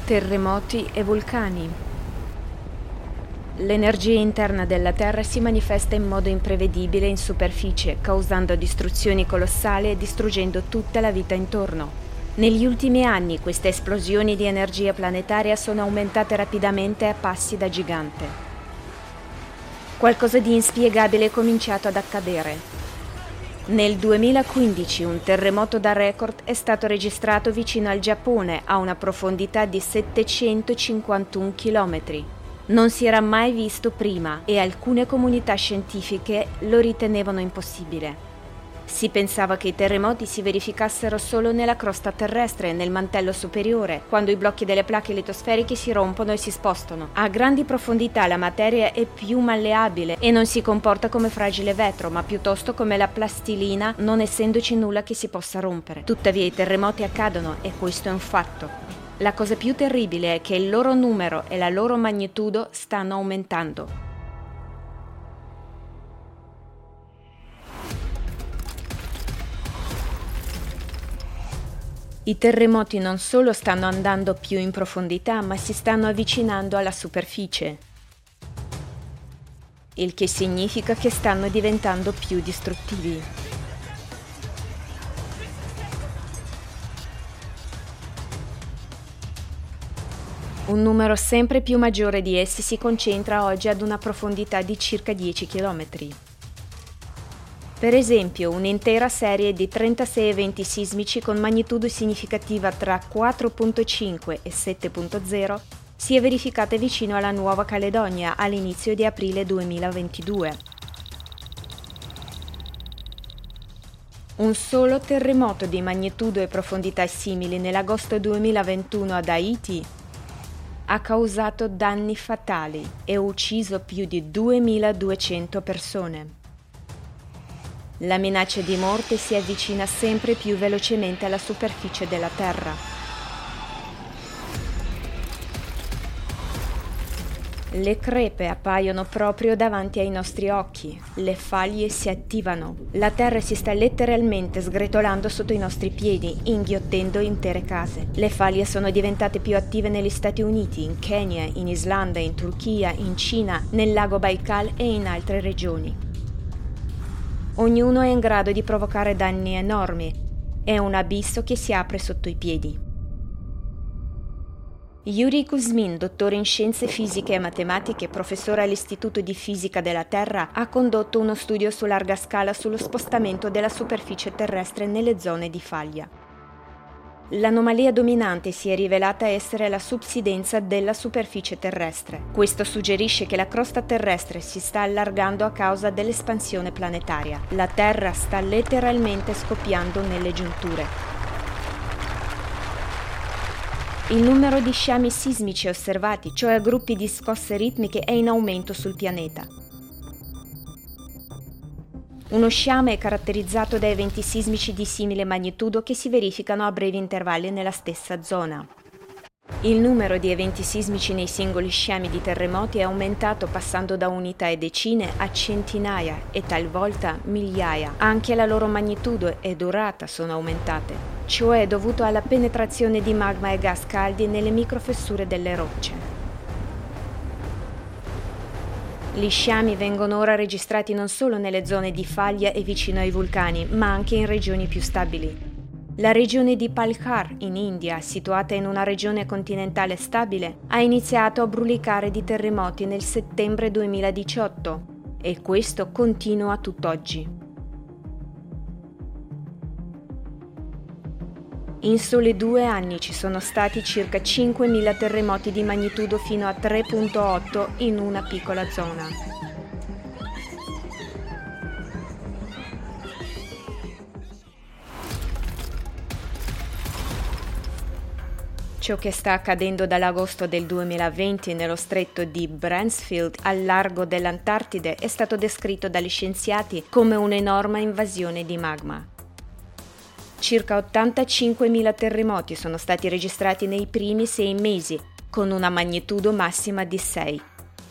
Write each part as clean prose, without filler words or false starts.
Terremoti e vulcani. L'energia interna della Terra si manifesta in modo imprevedibile in superficie, causando distruzioni colossali e distruggendo tutta la vita intorno. Negli ultimi anni queste esplosioni di energia planetaria sono aumentate rapidamente a passi da gigante. Qualcosa di inspiegabile è cominciato ad accadere. Nel 2015 un terremoto da record è stato registrato vicino al Giappone a una profondità di 751 km. Non si era mai visto prima e alcune comunità scientifiche lo ritenevano impossibile. Si pensava che i terremoti si verificassero solo nella crosta terrestre, nel mantello superiore, quando i blocchi delle placche litosferiche si rompono e si spostano. A grandi profondità la materia è più malleabile e non si comporta come fragile vetro, ma piuttosto come la plastilina, non essendoci nulla che si possa rompere. Tuttavia i terremoti accadono e questo è un fatto. La cosa più terribile è che il loro numero e la loro magnitudo stanno aumentando. I terremoti non solo stanno andando più in profondità, ma si stanno avvicinando alla superficie, il che significa che stanno diventando più distruttivi. Un numero sempre più maggiore di essi si concentra oggi ad una profondità di circa 10 km. Per esempio, un'intera serie di 36 eventi sismici con magnitudo significativa tra 4.5 e 7.0 si è verificata vicino alla Nuova Caledonia all'inizio di aprile 2022. Un solo terremoto di magnitudo e profondità simili nell'agosto 2021 ad Haiti ha causato danni fatali e ucciso più di 2.200 persone. La minaccia di morte si avvicina sempre più velocemente alla superficie della Terra. Le crepe appaiono proprio davanti ai nostri occhi, le faglie si attivano, la Terra si sta letteralmente sgretolando sotto i nostri piedi, inghiottendo intere case. Le faglie sono diventate più attive negli Stati Uniti, in Kenya, in Islanda, in Turchia, in Cina, nel lago Baikal e in altre regioni. Ognuno è in grado di provocare danni enormi. È un abisso che si apre sotto i piedi. Yuri Kuzmin, dottore in scienze fisiche e matematiche e professore all'Istituto di Fisica della Terra, ha condotto uno studio su larga scala sullo spostamento della superficie terrestre nelle zone di faglia. L'anomalia dominante si è rivelata essere la subsidenza della superficie terrestre. Questo suggerisce che la crosta terrestre si sta allargando a causa dell'espansione planetaria. La Terra sta letteralmente scoppiando nelle giunture. Il numero di sciami sismici osservati, cioè gruppi di scosse ritmiche, è in aumento sul pianeta. Uno sciame è caratterizzato da eventi sismici di simile magnitudo che si verificano a brevi intervalli nella stessa zona. Il numero di eventi sismici nei singoli sciami di terremoti è aumentato passando da unità e decine a centinaia e talvolta migliaia. Anche la loro magnitudo e durata sono aumentate. Ciò è dovuto alla penetrazione di magma e gas caldi nelle microfessure delle rocce. Gli sciami vengono ora registrati non solo nelle zone di faglia e vicino ai vulcani, ma anche in regioni più stabili. La regione di Palghar, in India, situata in una regione continentale stabile, ha iniziato a brulicare di terremoti nel settembre 2018 e questo continua tutt'oggi. In soli 2 anni ci sono stati circa 5.000 terremoti di magnitudo fino a 3.8 in una piccola zona. Ciò che sta accadendo dall'agosto del 2020 nello stretto di Bransfield al largo dell'Antartide è stato descritto dagli scienziati come un'enorme invasione di magma. Circa 85.000 terremoti sono stati registrati nei primi 6 mesi, con una magnitudo massima di 6.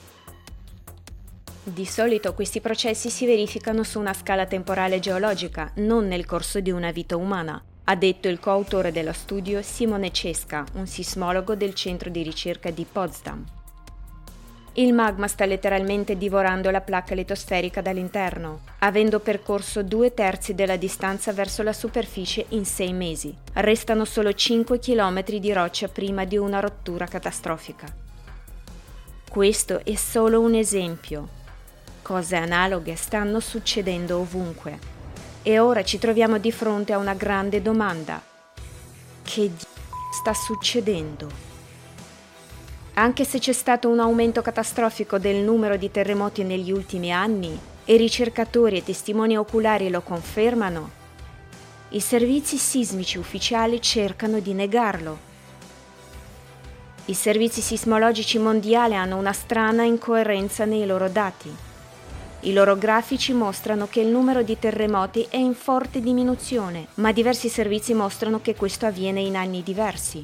Di solito questi processi si verificano su una scala temporale geologica, non nel corso di una vita umana. ha detto il coautore dello studio Simone Cesca, un sismologo del centro di ricerca di Potsdam. Il magma sta letteralmente divorando la placca litosferica dall'interno, avendo percorso 2/3 della distanza verso la superficie in 6 mesi. Restano solo 5 chilometri di roccia prima di una rottura catastrofica. Questo è solo un esempio. Cose analoghe stanno succedendo ovunque. E ora ci troviamo di fronte a una grande domanda. Che sta succedendo? Anche se c'è stato un aumento catastrofico del numero di terremoti negli ultimi anni, e ricercatori e testimoni oculari lo confermano, i servizi sismici ufficiali cercano di negarlo. I servizi sismologici mondiali hanno una strana incoerenza nei loro dati. I loro grafici mostrano che il numero di terremoti è in forte diminuzione, ma diversi servizi mostrano che questo avviene in anni diversi.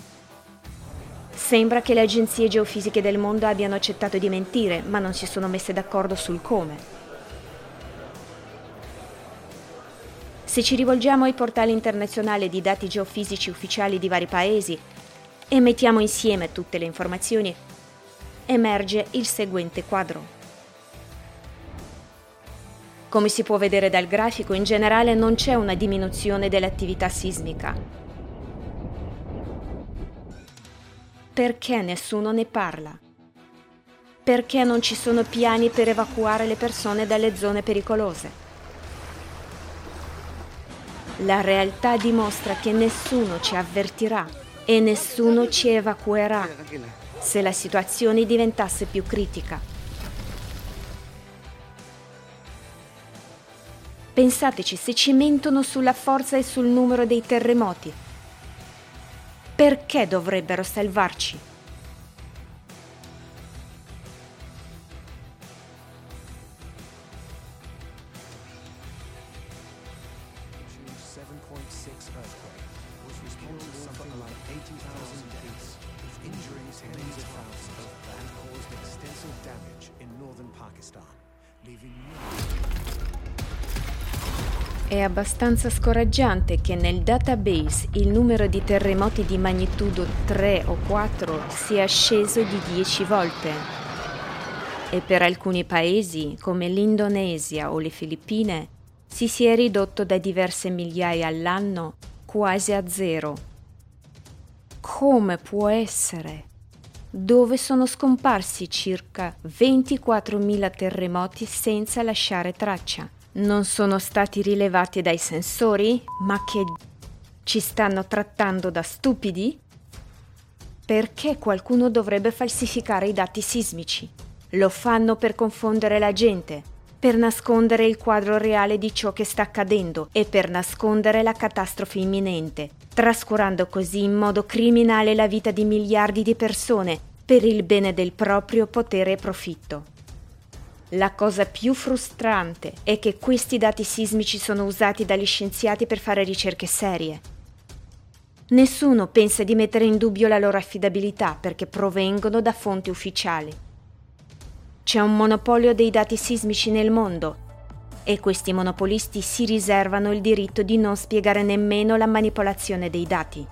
Sembra che le agenzie geofisiche del mondo abbiano accettato di mentire, ma non si sono messe d'accordo sul come. Se ci rivolgiamo ai portali internazionali di dati geofisici ufficiali di vari paesi e mettiamo insieme tutte le informazioni, emerge il seguente quadro. Come si può vedere dal grafico, in generale non c'è una diminuzione dell'attività sismica. Perché nessuno ne parla? Perché non ci sono piani per evacuare le persone dalle zone pericolose? La realtà dimostra che nessuno ci avvertirà e nessuno ci evacuerà se la situazione diventasse più critica. Pensateci, se ci mentono sulla forza e sul numero dei terremoti, perché dovrebbero salvarci? È abbastanza scoraggiante che nel database il numero di terremoti di magnitudo 3 o 4 sia sceso di 10 volte. E per alcuni paesi, come l'Indonesia o le Filippine, si sia ridotto da diverse migliaia all'anno quasi a 0. Come può essere? Dove sono scomparsi circa 24.000 terremoti senza lasciare traccia? Non sono stati rilevati dai sensori? Ma che ci stanno trattando da stupidi? Perché qualcuno dovrebbe falsificare i dati sismici? Lo fanno per confondere la gente, per nascondere il quadro reale di ciò che sta accadendo e per nascondere la catastrofe imminente, trascurando così in modo criminale la vita di miliardi di persone per il bene del proprio potere e profitto. La cosa più frustrante è che questi dati sismici sono usati dagli scienziati per fare ricerche serie. Nessuno pensa di mettere in dubbio la loro affidabilità perché provengono da fonti ufficiali. C'è un monopolio dei dati sismici nel mondo e questi monopolisti si riservano il diritto di non spiegare nemmeno la manipolazione dei dati.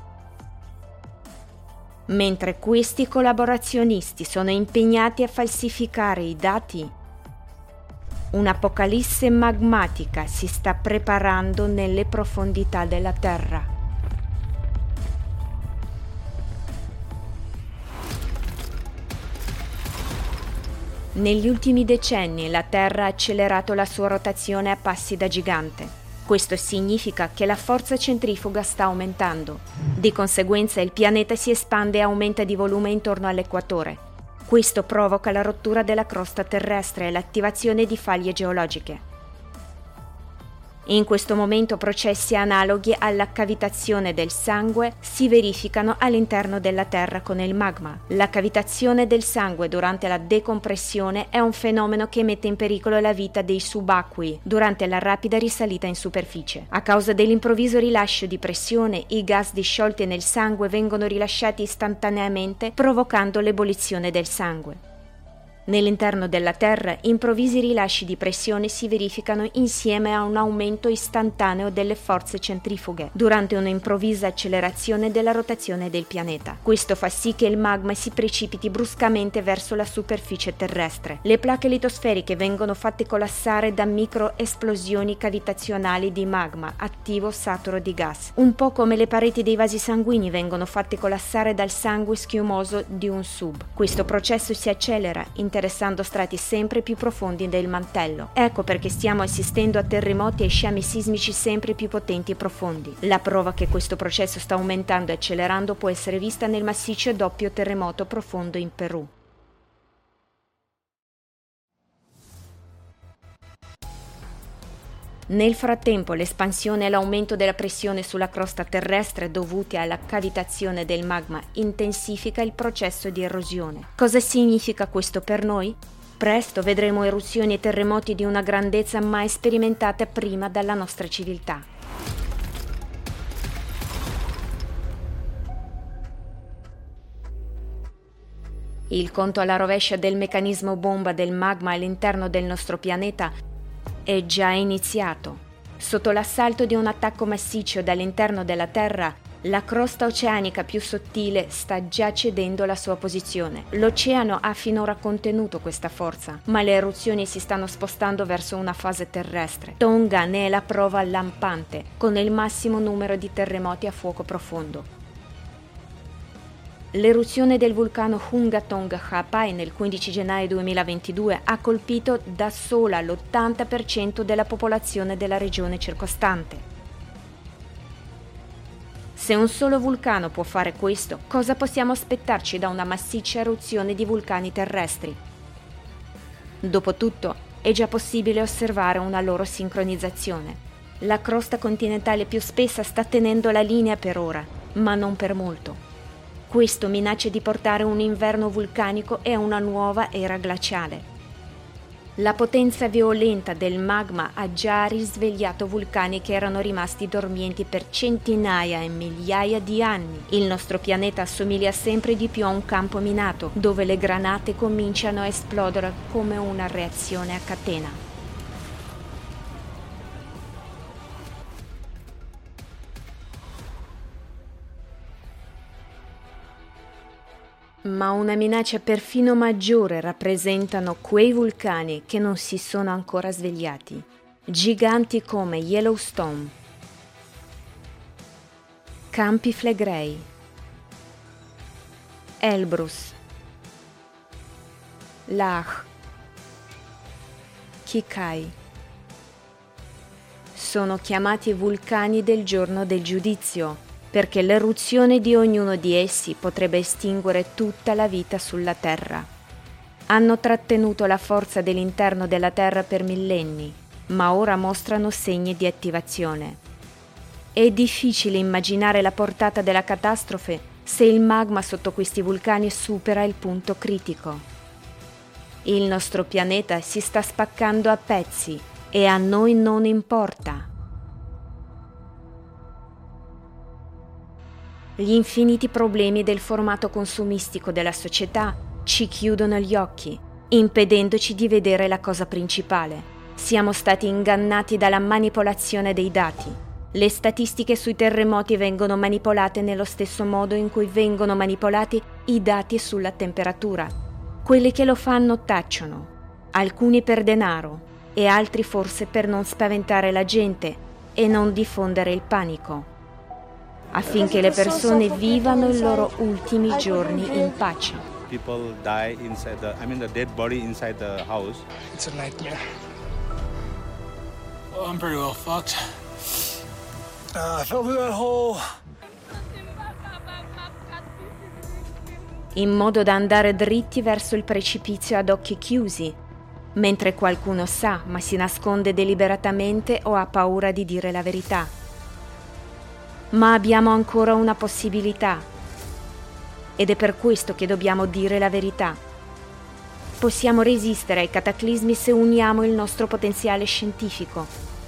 Mentre questi collaborazionisti sono impegnati a falsificare i dati, un'apocalisse magmatica si sta preparando nelle profondità della Terra. Negli ultimi decenni la Terra ha accelerato la sua rotazione a passi da gigante. Questo significa che la forza centrifuga sta aumentando. Di conseguenza il pianeta si espande e aumenta di volume intorno all'equatore. Questo provoca la rottura della crosta terrestre e l'attivazione di faglie geologiche. In questo momento processi analoghi alla cavitazione del sangue si verificano all'interno della Terra con il magma. La cavitazione del sangue durante la decompressione è un fenomeno che mette in pericolo la vita dei subacquei durante la rapida risalita in superficie. A causa dell'improvviso rilascio di pressione, i gas disciolti nel sangue vengono rilasciati istantaneamente, provocando l'ebollizione del sangue. Nell'interno della Terra, improvvisi rilasci di pressione si verificano insieme a un aumento istantaneo delle forze centrifughe durante un'improvvisa accelerazione della rotazione del pianeta. Questo fa sì che il magma si precipiti bruscamente verso la superficie terrestre. Le placche litosferiche vengono fatte collassare da microesplosioni cavitazionali di magma attivo saturo di gas, un po' come le pareti dei vasi sanguigni vengono fatte collassare dal sangue schiumoso di un sub. Questo processo si accelera, interessando strati sempre più profondi del mantello. Ecco perché stiamo assistendo a terremoti e sciami sismici sempre più potenti e profondi. La prova che questo processo sta aumentando e accelerando può essere vista nel massiccio doppio terremoto profondo in Perù. Nel frattempo, l'espansione e l'aumento della pressione sulla crosta terrestre dovuti alla cavitazione del magma intensifica il processo di erosione. Cosa significa questo per noi? Presto vedremo eruzioni e terremoti di una grandezza mai sperimentata prima dalla nostra civiltà. Il conto alla rovescia del meccanismo bomba del magma all'interno del nostro pianeta è già iniziato. Sotto l'assalto di un attacco massiccio dall'interno della Terra, la crosta oceanica più sottile sta già cedendo la sua posizione. L'oceano ha finora contenuto questa forza, ma le eruzioni si stanno spostando verso una fase terrestre. Tonga ne è la prova lampante, con il massimo numero di terremoti a fuoco profondo. L'eruzione del vulcano Hunga Tonga Ha'apai nel 15 gennaio 2022 ha colpito da sola l'80% della popolazione della regione circostante. Se un solo vulcano può fare questo, cosa possiamo aspettarci da una massiccia eruzione di vulcani terrestri? Dopotutto, è già possibile osservare una loro sincronizzazione. La crosta continentale più spessa sta tenendo la linea per ora, ma non per molto. Questo minaccia di portare un inverno vulcanico e una nuova era glaciale. La potenza violenta del magma ha già risvegliato vulcani che erano rimasti dormienti per centinaia e migliaia di anni. Il nostro pianeta assomiglia sempre di più a un campo minato, dove le granate cominciano a esplodere come una reazione a catena. Ma una minaccia perfino maggiore rappresentano quei vulcani che non si sono ancora svegliati. Giganti come Yellowstone, Campi Flegrei, Elbrus, Lach, Kikai. Sono chiamati vulcani del giorno del giudizio, perché l'eruzione di ognuno di essi potrebbe estinguere tutta la vita sulla Terra. Hanno trattenuto la forza dell'interno della Terra per millenni, ma ora mostrano segni di attivazione. È difficile immaginare la portata della catastrofe se il magma sotto questi vulcani supera il punto critico. Il nostro pianeta si sta spaccando a pezzi e a noi non importa. Gli infiniti problemi del formato consumistico della società ci chiudono gli occhi, impedendoci di vedere la cosa principale. Siamo stati ingannati dalla manipolazione dei dati. Le statistiche sui terremoti vengono manipolate nello stesso modo in cui vengono manipolati i dati sulla temperatura. Quelli che lo fanno tacciono, alcuni per denaro e altri forse per non spaventare la gente e non diffondere il panico, affinché le persone vivano i loro ultimi giorni in pace. People die inside the dead body inside the house. It's a nightmare. Oh, I'm pretty well fucked. I fell through that hole. In modo da andare dritti verso il precipizio ad occhi chiusi, mentre qualcuno sa ma si nasconde deliberatamente o ha paura di dire la verità. Ma abbiamo ancora una possibilità, ed è per questo che dobbiamo dire la verità. Possiamo resistere ai cataclismi se uniamo il nostro potenziale scientifico.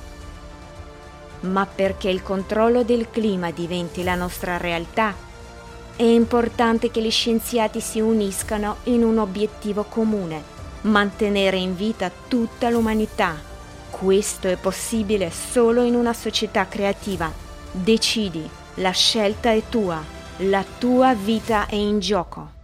Ma perché il controllo del clima diventi la nostra realtà, è importante che gli scienziati si uniscano in un obiettivo comune, mantenere in vita tutta l'umanità. Questo è possibile solo in una società creativa. Decidi, la scelta è tua, la tua vita è in gioco.